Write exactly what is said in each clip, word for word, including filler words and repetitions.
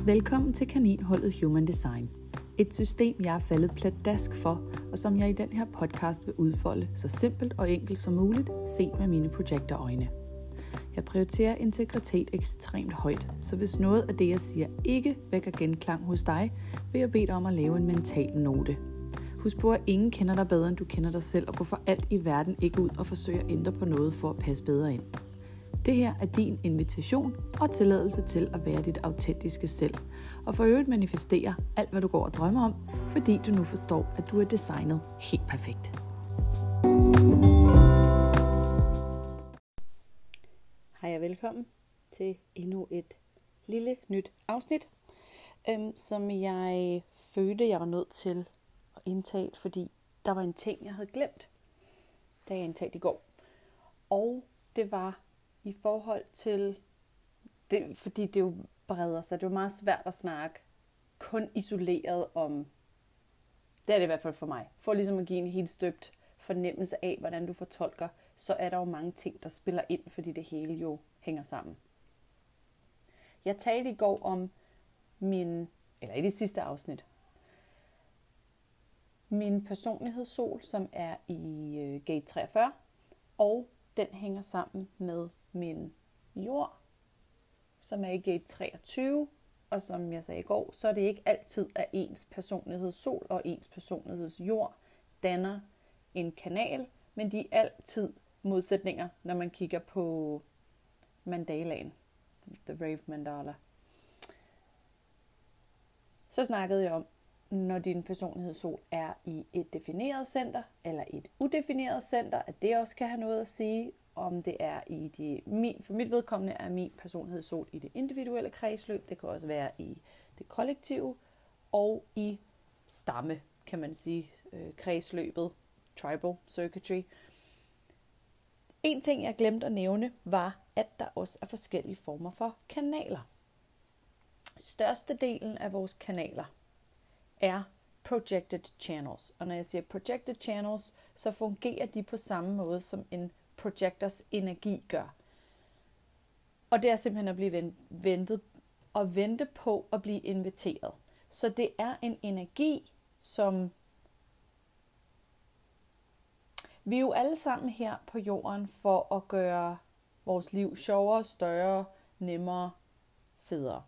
Velkommen til Kaninhullet Human Design. Et system, jeg er faldet pladask for, og som jeg i den her podcast vil udfolde så simpelt og enkelt som muligt, set med mine projektorøjne. Jeg prioriterer integritet ekstremt højt, så hvis noget af det, jeg siger, ikke vækker genklang hos dig, vil jeg bede dig om at lave en mental note. Husk på, at ingen kender dig bedre, end du kender dig selv, og gå for alt i verden ikke ud og forsøge at ændre på noget for at passe bedre ind. Det her er din invitation og tilladelse til at være dit autentiske selv, og for øvrigt manifestere alt, hvad du går og drømmer om, fordi du nu forstår, at du er designet helt perfekt. Hej og velkommen til endnu et lille nyt afsnit, øhm, som jeg følte, jeg var nødt til at indtale, fordi der var en ting, jeg havde glemt, da jeg indtalte i går. Og det var i forhold til, det, fordi det jo breder sig, det er jo meget svært at snakke kun isoleret om, det er det i hvert fald for mig, for ligesom at give en helt støbt fornemmelse af, hvordan du fortolker, så er der jo mange ting, der spiller ind, fordi det hele jo hænger sammen. Jeg talte i går om min, eller i det sidste afsnit, min personlighedssol, som er i øh, gate treogfyrre, og den hænger sammen med min jord, som er i gate treogtyve, og som jeg sagde i går, så er det ikke altid, at ens personlighedssol og ens personlighedsjord danner en kanal, men de er altid modsætninger, når man kigger på mandalaen, The Rave Mandala. Så snakkede jeg om, når din personlighedssol er i et defineret center, eller et udefineret center, at det også kan have noget at sige, om det er i de, min, for mit vedkommende er min personlighedssol i det individuelle kredsløb, det kan også være i det kollektive, og i stamme, kan man sige, øh, kredsløbet, tribal circuitry. En ting, jeg glemte at nævne, var, at der også er forskellige former for kanaler. Størstedelen af vores kanaler er projected channels. Og når jeg siger projected channels, så fungerer de på samme måde, som en projectors energi gør. Og det er simpelthen at blive ventet og vente på at blive inviteret. Så det er en energi, som vi er jo alle sammen her på jorden for at gøre vores liv sjovere, større, nemmere, federe.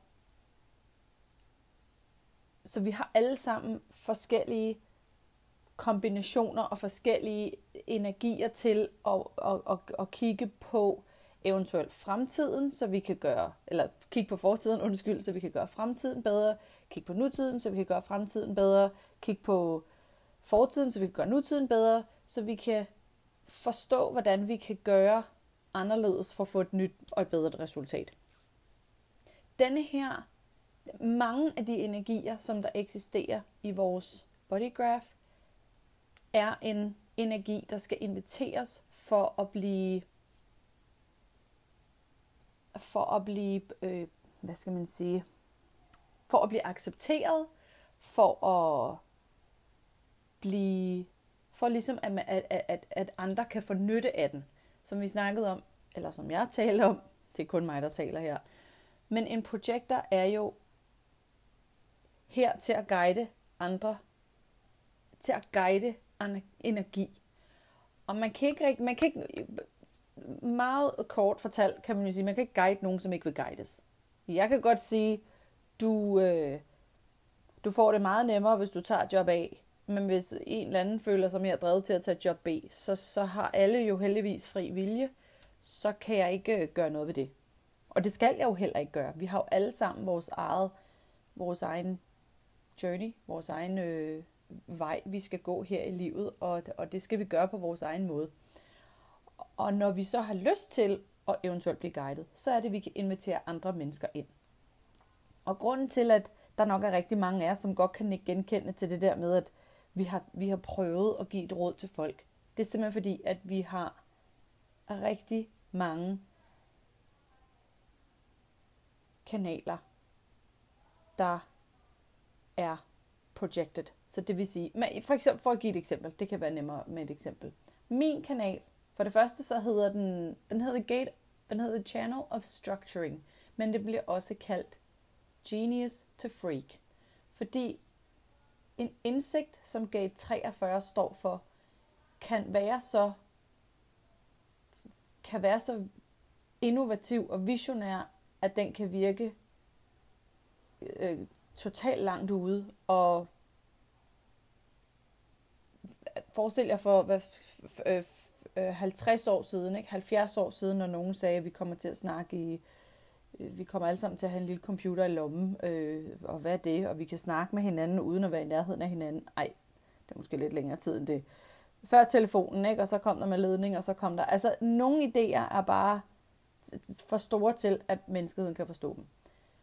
Så vi har alle sammen forskellige kombinationer og forskellige energier til at, at, at, at kigge på eventuelt fremtiden, så vi kan gøre, eller kigge på fortiden, undskyld, så vi kan gøre fremtiden bedre, kigge på nutiden, så vi kan gøre fremtiden bedre, kigge på fortiden, så vi kan gøre nutiden bedre, så vi kan forstå, hvordan vi kan gøre anderledes for at få et nyt og et bedre resultat. Denne her mange af de energier, som der eksisterer i vores bodygraph, er en energi, der skal inviteres for at blive, for at blive, øh, hvad skal man sige, for at blive accepteret, for at blive, for ligesom at, at, at, at andre kan få nytte af den, som vi snakkede om, eller som jeg taler om, det er kun mig, der taler her. Men en projector er jo her til at guide andre, til at guide energi. Og man kan ikke, man kan ikke, meget kort fortalt kan man jo sige, man kan ikke guide nogen, som ikke vil guides. Jeg kan godt sige, du, øh, du får det meget nemmere, hvis du tager job A, men hvis en eller anden føler sig mere drevet til at tage job B, så, så har alle jo heldigvis fri vilje, så kan jeg ikke gøre noget ved det. Og det skal jeg jo heller ikke gøre. Vi har jo alle sammen vores eget, vores egen journey, vores egen øh, vej, vi skal gå her i livet, og, og det skal vi gøre på vores egen måde. Og når vi så har lyst til at eventuelt blive guidet, så er det, at vi kan invitere andre mennesker ind. Og grunden til, at der nok er rigtig mange af os, som godt kan genkende til det der med, at vi har, vi har prøvet at give et råd til folk, det er simpelthen fordi, at vi har rigtig mange kanaler, der er projected. Så det vil sige, for eksempel for at give et eksempel, det kan være nemmere med et eksempel. Min kanal, for det første så hedder den, den hedder Gate, den hedder Channel of Structuring, men det bliver også kaldt genius to freak. Fordi en indsigt, som gate treogfyrre står for, kan være så kan være så innovativ og visionær, at den kan virke øh, totalt langt ude. Og forestil jer for hvad, øh, øh, halvtreds år siden, ikke? halvfjerds år siden, når nogen sagde, at vi kommer til at snakke i, øh, vi kommer alle sammen til at have en lille computer i lommen, øh, og hvad er det? Og vi kan snakke med hinanden, uden at være i nærheden af hinanden. Ej, det er måske lidt længere tid end det. Før telefonen, ikke? Og så kom der med ledning, og så kom der... Altså, nogle idéer er bare for store til, at menneskeheden kan forstå dem.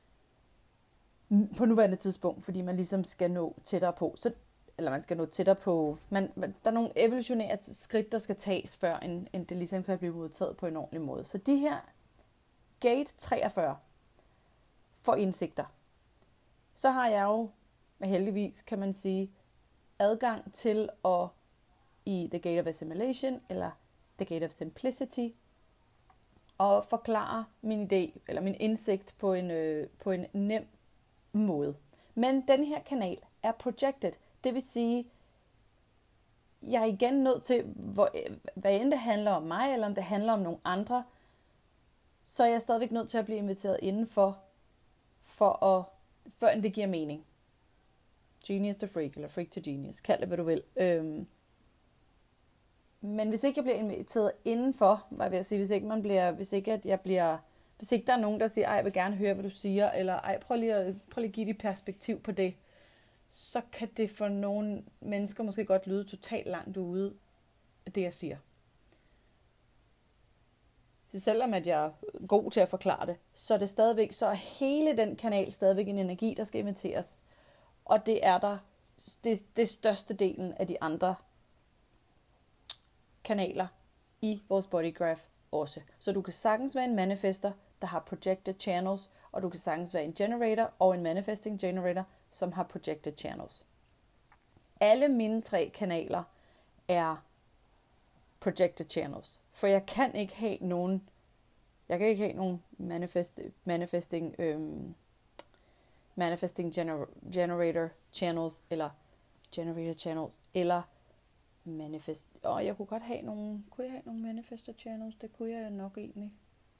På nuværende tidspunkt, fordi man ligesom skal nå tættere på. Så, eller man skal nå tættere på... Man, der er nogle evolutionære skridt, der skal tages, før end, end det ligesom kan blive modtaget på en ordentlig måde. Så de her gate treogfyrre får indsigter. Så har jeg jo, heldigvis kan man sige, adgang til at i The Gate of Assimilation, eller The Gate of Simplicity, og forklare min idé, eller min indsigt på en, øh, på en nem måde. Men den her kanal er projected, det vil sige, jeg er igen nødt til, hvor, hvad end det handler om mig, eller om det handler om nogle andre, så er jeg stadigvæk nødt til at blive inviteret indenfor, for at, før det giver mening. Genius to freak, eller freak to genius, kald det hvad du vil. Øhm, Men hvis ikke jeg bliver inviteret indenfor, hvad jeg vil sige, hvis ikke man bliver, hvis ikke at jeg bliver, hvis ikke der er nogen, der siger, ej, jeg vil gerne høre, hvad du siger, eller ej, prøv lige at, prøv lige at give dit perspektiv på det, så kan det for nogle mennesker måske godt lyde totalt langt ude af det, jeg siger. Så selvom at jeg er god til at forklare det, så er det stadigvæk, så er hele den kanal stadigvæk en energi, der skal imiteres. Og det er der, det, det største delen af de andre kanaler i vores bodygraph også. Så du kan sagtens være en manifester, der har projected channels, og du kan sagtens være en generator og en manifesting generator, som har projected channels. Alle mine tre kanaler er projected channels, for jeg kan ikke have nogen, jeg kan ikke have nogen manifest, manifesting, øhm, manifesting gener- generator channels, eller generator channels, eller manifest. Og jeg kunne godt have nogle, kunne jeg have nogle manifester channels? Det kunne jeg nok egentlig.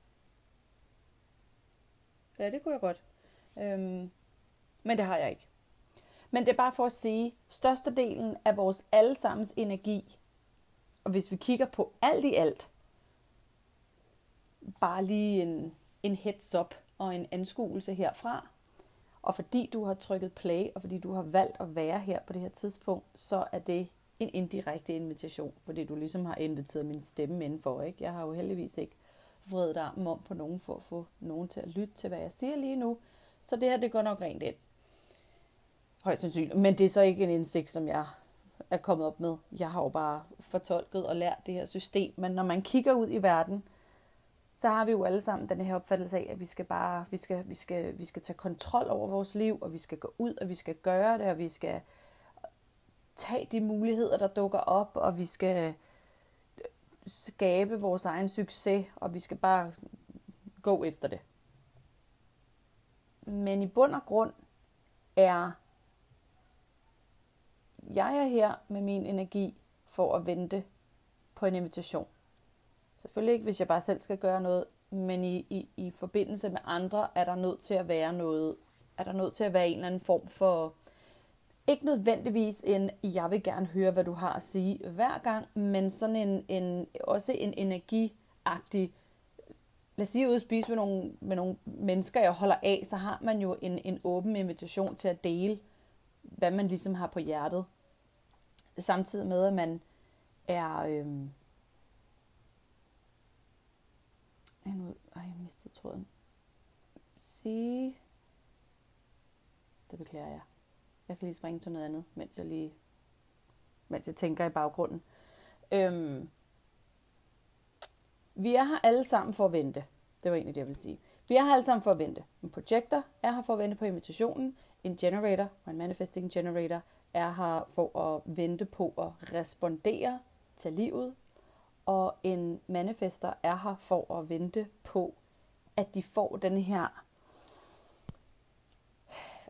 Ja, det kunne jeg godt. Øhm, men det har jeg ikke. Men det er bare for at sige, størstedelen af vores allesammens energi, og hvis vi kigger på alt i alt, bare lige en, en heads up og en anskuelse herfra, og fordi du har trykket play, og fordi du har valgt at være her på det her tidspunkt, så er det en indirekte invitation, fordi du ligesom har inviteret min stemme indenfor, ikke? Jeg har jo heldigvis ikke vredet armen om på nogen for at få nogen til at lytte til, hvad jeg siger lige nu. Så det her, det går nok rent ind. Højst sandsynligt. Men det er så ikke en indsigt, som jeg er kommet op med. Jeg har jo bare fortolket og lært det her system. Men når man kigger ud i verden, så har vi jo alle sammen den her opfattelse af, at vi skal bare, vi skal, vi skal, vi skal tage kontrol over vores liv, og vi skal gå ud, og vi skal gøre det, og vi skal tage de muligheder, der dukker op, og vi skal skabe vores egen succes, og vi skal bare gå efter det. Men i bund og grund er jeg er her med min energi for at vente på en invitation. Selvfølgelig ikke, hvis jeg bare selv skal gøre noget, men i, i, i forbindelse med andre er der nødt til at være noget, er der nødt til at være en eller anden form for, ikke nødvendigvis en, jeg vil gerne høre, hvad du har at sige hver gang, men sådan en, en også en energiagtig, lad os sige, ude at spise med nogle, med nogle mennesker, jeg holder af, så har man jo en, en åben invitation til at dele, hvad man ligesom har på hjertet. Samtidig med, at man er... Øhm, Ej, jeg mistede tråden. Sige... Det beklager jeg. Jeg kan lige springe til noget andet, mens jeg lige... Mens jeg tænker i baggrunden. Øhm, vi er her alle sammen for at vente. Det var egentlig det, jeg ville sige. Vi er her alle sammen for at vente. En projector er her for at vente på invitationen. En generator og en manifesting generator er her for at vente på at respondere til livet. Og en manifester er her for at vente på, at de får den her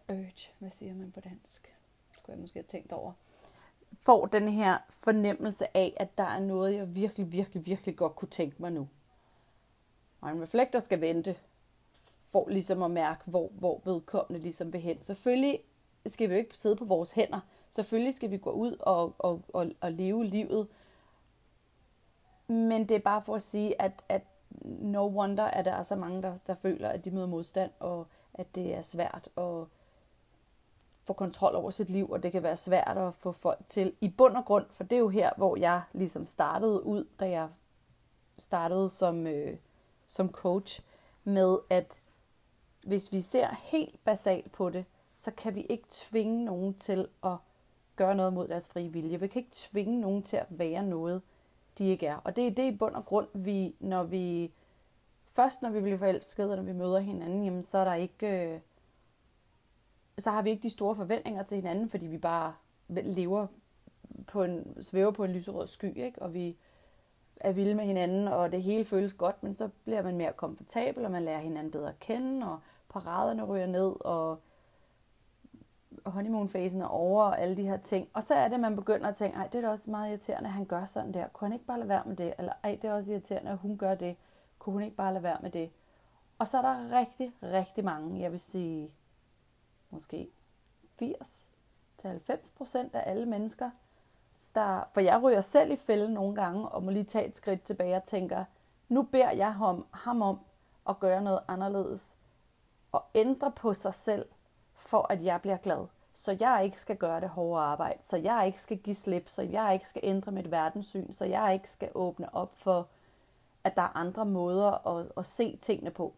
urge, hvad siger man på dansk? Skulle jeg måske have tænkt over. Får den her fornemmelse af, at der er noget, jeg virkelig, virkelig, virkelig godt kunne tænke mig nu. Og en reflektor skal vente, for ligesom at mærke, hvor, hvor vedkommende ligesom vil hen. Selvfølgelig skal vi jo ikke sidde på vores hænder. Selvfølgelig skal vi gå ud og, og, og, og leve livet. Men det er bare for at sige, at, at no wonder, at der er så mange, der, der føler, at de møder modstand, og at det er svært at få kontrol over sit liv, og det kan være svært at få folk til i bund og grund, for det er jo her, hvor jeg ligesom startede ud, da jeg startede som, øh, som coach, med at hvis vi ser helt basalt på det, så kan vi ikke tvinge nogen til at gøre noget mod deres frie vilje. Vi kan ikke tvinge nogen til at være noget, de ikke er. Og det er det i bund og grund, vi, når vi først når vi bliver forelskede, og når vi møder hinanden, jamen, så er der ikke, øh, så har vi ikke de store forventninger til hinanden, fordi vi bare lever på en, svæver på en lyserød sky, ikke? Og vi er vilde med hinanden, og det hele føles godt, men så bliver man mere komfortabel, og man lærer hinanden bedre at kende, og paraderne ryger ned, og honeymoon-fasen er over, og alle de her ting. Og så er det, at man begynder at tænke, ej, det er da også meget irriterende, at han gør sådan der. Kunne han ikke bare lade være med det? Eller ej, det er også irriterende, at hun gør det. Kunne hun ikke bare lade være med det? Og så er der rigtig, rigtig mange, jeg vil sige, måske firs til halvfems procent af alle mennesker, der, for jeg ryger selv i fælden nogle gange, og må lige tage et skridt tilbage og tænker, nu beder jeg ham, ham om at gøre noget anderledes, og ændre på sig selv, for at jeg bliver glad. Så jeg ikke skal gøre det hårde arbejde, så jeg ikke skal give slip, så jeg ikke skal ændre mit verdenssyn, så jeg ikke skal åbne op for, at der er andre måder at, at se tingene på.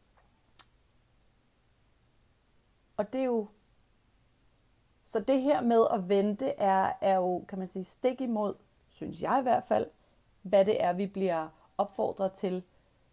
Og det er jo, så det her med at vente er, er jo, kan man sige, stik imod, synes jeg i hvert fald, hvad det er, vi bliver opfordret til.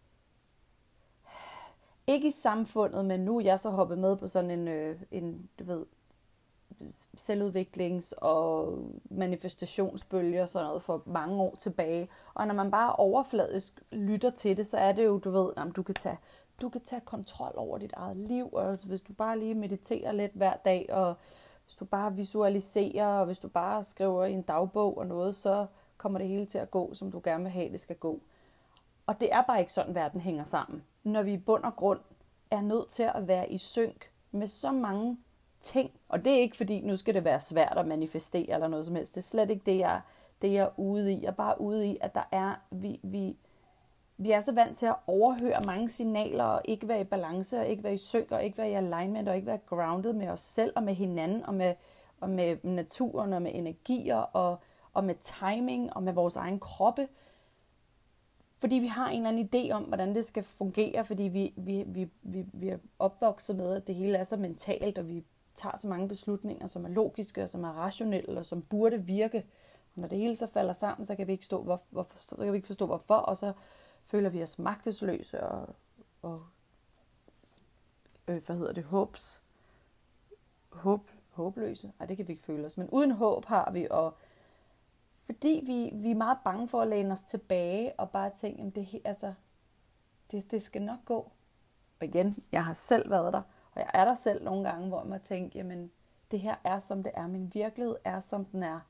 Ikke i samfundet, men nu er jeg så hoppet med på sådan en, øh, en du ved, selvudviklings- og manifestationsbølge og sådan noget for mange år tilbage. Og når man bare overfladisk lytter til det, så er det jo, du ved, jamen, du kan tage, du kan tage kontrol over dit eget liv, og hvis du bare lige mediterer lidt hver dag, og hvis du bare visualiserer, og hvis du bare skriver i en dagbog og noget, så kommer det hele til at gå, som du gerne vil have, det skal gå. Og det er bare ikke sådan, verden hænger sammen. Når vi i bund og grund er nødt til at være i synk med så mange ting. Og det er ikke fordi, nu skal det være svært at manifestere eller noget som helst. Det er slet ikke det, jeg, det, jeg er ude i. Jeg er bare ude i, at der er, vi, vi, vi er så vant til at overhøre mange signaler, og ikke være i balance, og ikke være i synk, og ikke være i alignment, og ikke være grounded med os selv, og med hinanden, og med, og med naturen, og med energier, og, og med timing, og med vores egen kroppe. Fordi vi har en eller anden idé om, hvordan det skal fungere, fordi vi, vi, vi, vi, vi er opvokset med, at det hele er så mentalt, og vi tager så mange beslutninger, som er logiske, og som er rationelle, og som burde virke. Og når det hele så falder sammen, så kan vi ikke, stå, hvor, hvor, så kan vi ikke forstå, hvorfor, og så føler vi os magtesløse og, og øh, hvad hedder det, håbs, håb, håbløse. Ej, det kan vi ikke føle os, men uden håb har vi, og fordi vi, vi er meget bange for at læne os tilbage og bare tænke, at det, altså, det, det skal nok gå. Og igen, jeg har selv været der, og jeg er der selv nogle gange, hvor man tænker, jamen det her er som det er, min virkelighed er som den er.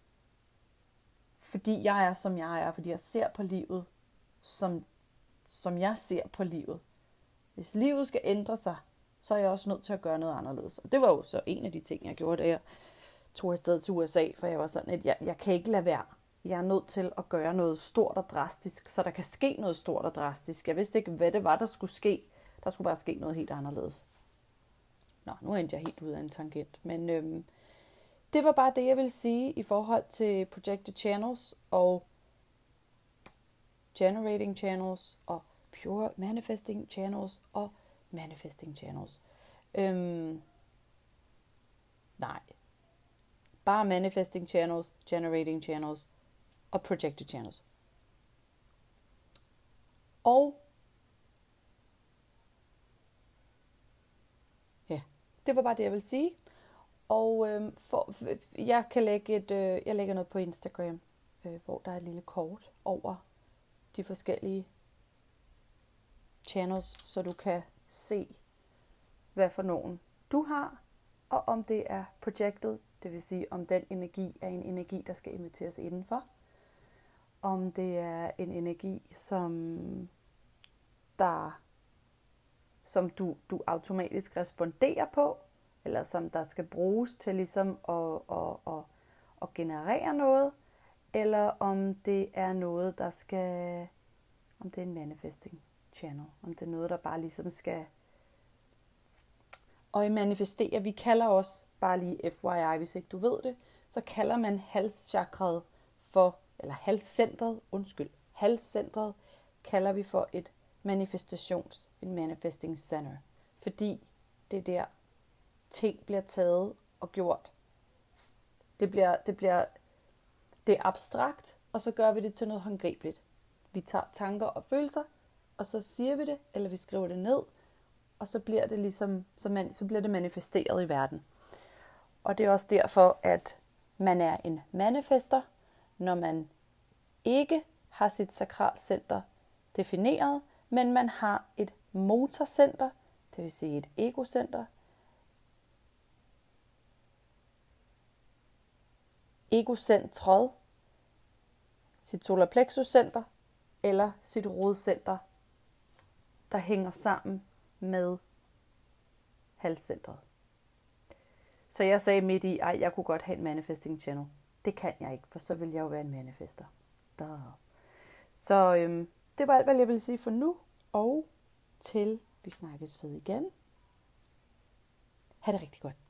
Fordi jeg er som jeg er, fordi jeg ser på livet, som, som jeg ser på livet. Hvis livet skal ændre sig, så er jeg også nødt til at gøre noget anderledes. Og det var jo så en af de ting, jeg gjorde, da jeg tog afsted til U S A, for jeg var sådan, at jeg, jeg kan ikke lade være. Jeg er nødt til at gøre noget stort og drastisk, så der kan ske noget stort og drastisk. Jeg vidste ikke, hvad det var, der skulle ske. Der skulle bare ske noget helt anderledes. Nå, nu endte jeg helt ud af en tangent. Men øhm, det var bare det, jeg ville sige i forhold til Projected Channels og Generating Channels og Pure Manifesting Channels og Manifesting Channels. Øhm, nej. Bare Manifesting Channels, Generating Channels og Projected Channels. Og ja, det var bare det, jeg vil sige. Og øh, for, jeg kan lægge et, øh, jeg lægger noget på Instagram, øh, hvor der er et lille kort over de forskellige channels, så du kan se, hvad for nogen du har, og om det er projected, det vil sige, om den energi er en energi, der skal inviteres indenfor. Om det er en energi, som, der, som du, du automatisk responderer på, eller som der skal bruges til ligesom at, at, at, at generere noget, eller om det er noget, der skal, om det er en manifesting channel, om det er noget, der bare ligesom skal, og i manifestere, vi kalder også, bare lige F Y I, hvis ikke du ved det, så kalder man halschakret for, eller halscentret, undskyld, halscentret kalder vi for et manifestations, et manifesting center, fordi det er der, ting bliver taget og gjort. Det bliver, det bliver, det er abstrakt, og så gør vi det til noget håndgribeligt. Vi tager tanker og følelser, og så siger vi det, eller vi skriver det ned, og så bliver det ligesom, så, man, så bliver det manifesteret i verden. Og det er også derfor, at man er en manifester, når man ikke har sit sakralcenter defineret, men man har et motorcenter, det vil sige et egocenter, egocentret, sit solarplexuscenter eller sit rodcenter, der hænger sammen med halscentret. Så jeg sagde midt i, ej, jeg kunne godt have en manifesting channel. Det kan jeg ikke, for så vil jeg jo være en manifester. Da. Så øhm, det var alt, hvad jeg ville sige for nu, og til vi snakkes ved igen. Ha' det rigtig godt.